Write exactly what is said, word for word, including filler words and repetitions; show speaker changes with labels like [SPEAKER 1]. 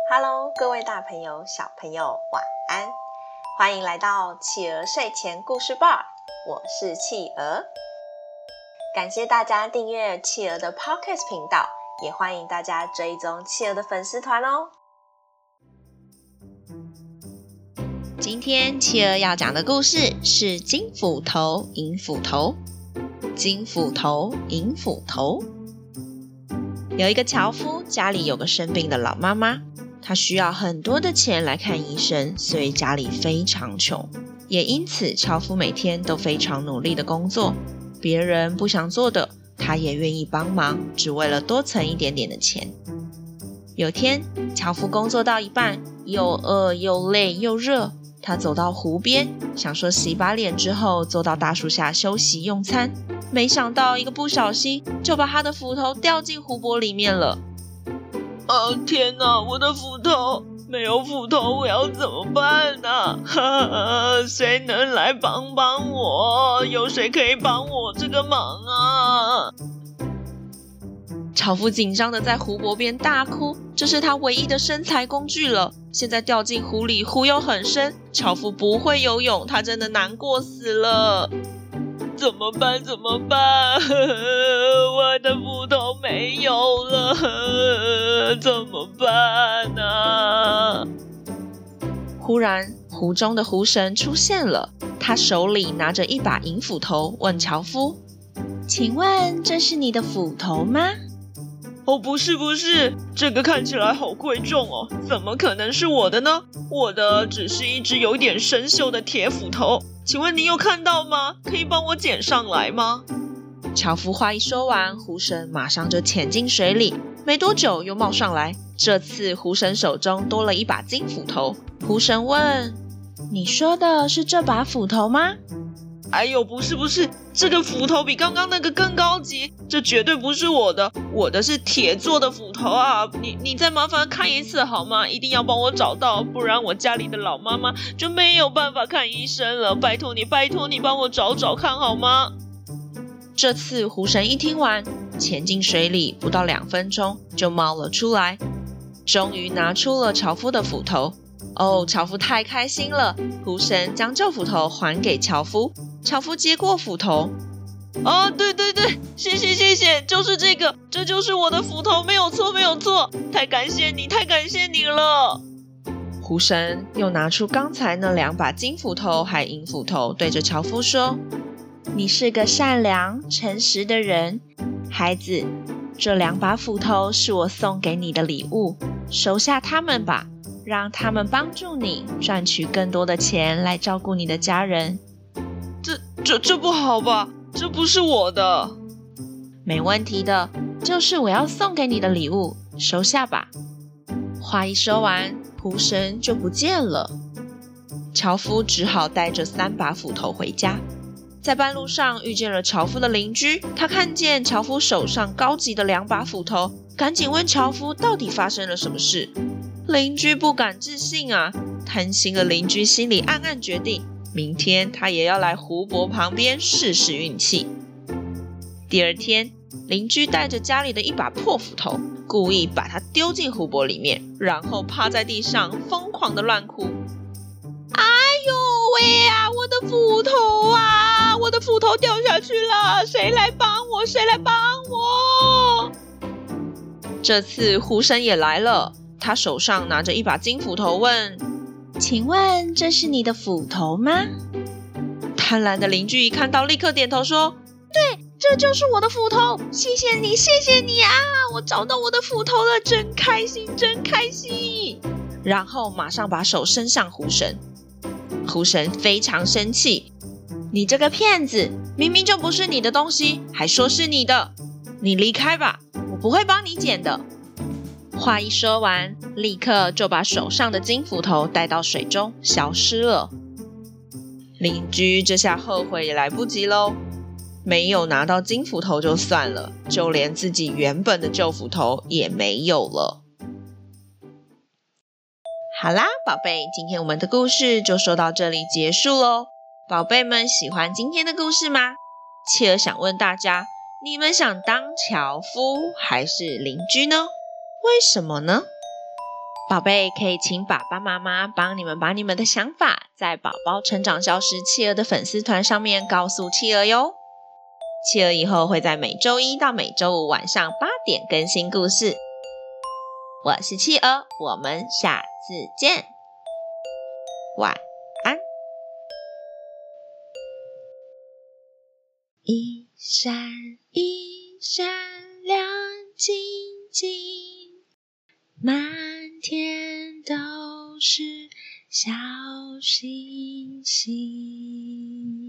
[SPEAKER 1] Hello， 各位大朋友、小朋友，晚安！欢迎来到企鹅睡前故事吧，我是企鹅。感谢大家订阅企鹅的 Podcast 频道，也欢迎大家追踪企鹅的粉丝团哦。今天企鹅要讲的故事是金斧头、银斧头。金斧头、银斧头。有一个樵夫，家里有个生病的老妈妈，他需要很多的钱来看医生，所以家里非常穷。也因此，樵夫每天都非常努力的工作，别人不想做的，他也愿意帮忙，只为了多存一点点的钱。有天，樵夫工作到一半，又饿又累又热，他走到湖边，想说洗把脸之后坐到大树下休息用餐，没想到一个不小心就把他的斧头掉进湖泊里面了。
[SPEAKER 2] 哦，天哪，我的斧头！没有斧头我要怎么办啊？哈哈，谁能来帮帮我？有谁可以帮我这个忙啊？
[SPEAKER 1] 樵夫紧张的在湖泊边大哭，这是他唯一的生财工具了，现在掉进湖里，湖又很深，樵夫不会游泳，他真的难过死了。
[SPEAKER 2] 怎么办？怎么办？我的斧头没有了，怎么办啊？
[SPEAKER 1] 忽然，湖中的湖神出现了，他手里拿着一把银斧头，问樵夫：“请问这是你的斧头吗？”
[SPEAKER 2] 哦，不是不是，这个看起来好贵重哦，怎么可能是我的呢？我的只是一只有点生锈的铁斧头，请问你有看到吗？可以帮我捡上来吗？
[SPEAKER 1] 樵夫话一说完，湖神马上就潜进水里，没多久又冒上来，这次湖神手中多了一把金斧头。湖神问：“你说的是这把斧头吗？”
[SPEAKER 2] 哎呦，不是不是，这个斧头比刚刚那个更高级，这绝对不是我的，我的是铁做的斧头啊！你你再麻烦看一次好吗？一定要帮我找到，不然我家里的老妈妈就没有办法看医生了。拜托你，拜托你帮我找找看好吗？
[SPEAKER 1] 这次湖神一听完，潜进水里不到两分钟就冒了出来，终于拿出了樵夫的斧头。哦，樵夫太开心了，湖神将旧斧头还给樵夫，樵夫接过斧头。
[SPEAKER 2] 啊，对对对，谢谢谢谢，就是这个，这就是我的斧头，没有错没有错，太感谢你，太感谢你了。
[SPEAKER 1] 湖神又拿出刚才那两把金斧头还银斧头，对着樵夫说：“你是个善良诚实的人，孩子，这两把斧头是我送给你的礼物，收下它们吧，让他们帮助你赚取更多的钱来照顾你的家人。”
[SPEAKER 2] 这这这不好吧？这不是我的。
[SPEAKER 1] 没问题的，就是我要送给你的礼物，收下吧。话一说完，湖神就不见了。樵夫只好带着三把斧头回家。在半路上遇见了樵夫的邻居，他看见樵夫手上高级的两把斧头，赶紧问樵夫到底发生了什么事。邻居不敢置信啊，贪心的邻居心里暗暗决定，明天他也要来湖泊旁边试试运气。第二天，邻居带着家里的一把破斧头，故意把它丢进湖泊里面，然后趴在地上疯狂的乱哭。哎呦喂啊，我的斧头啊，我的斧头掉下去了，谁来帮我，谁来帮我。这次湖神也来了，他手上拿着一把金斧头问：“请问这是你的斧头吗？”贪婪的邻居一看到，立刻点头说：“对，这就是我的斧头，谢谢你，谢谢你啊！我找到我的斧头了，真开心，真开心！”然后马上把手伸向湖神。湖神非常生气：“你这个骗子，明明就不是你的东西，还说是你的！你离开吧，我不会帮你捡的。”话一说完，立刻就把手上的金斧头带到水中消失了。邻居这下后悔也来不及喽，没有拿到金斧头就算了，就连自己原本的旧斧头也没有了。好啦，宝贝，今天我们的故事就说到这里结束咯。宝贝们喜欢今天的故事吗？企鹅想问大家，你们想当樵夫还是邻居呢？为什么呢？ 宝贝，可以请爸爸妈妈帮你们把你们的想法在宝宝成长教师企鹅的粉丝团上面告诉企鹅哟。企鹅以后会在每周一到每周五晚上八点更新故事。我是企鹅，我们下次见，晚安。一闪一闪亮晶晶，满天都是小星星。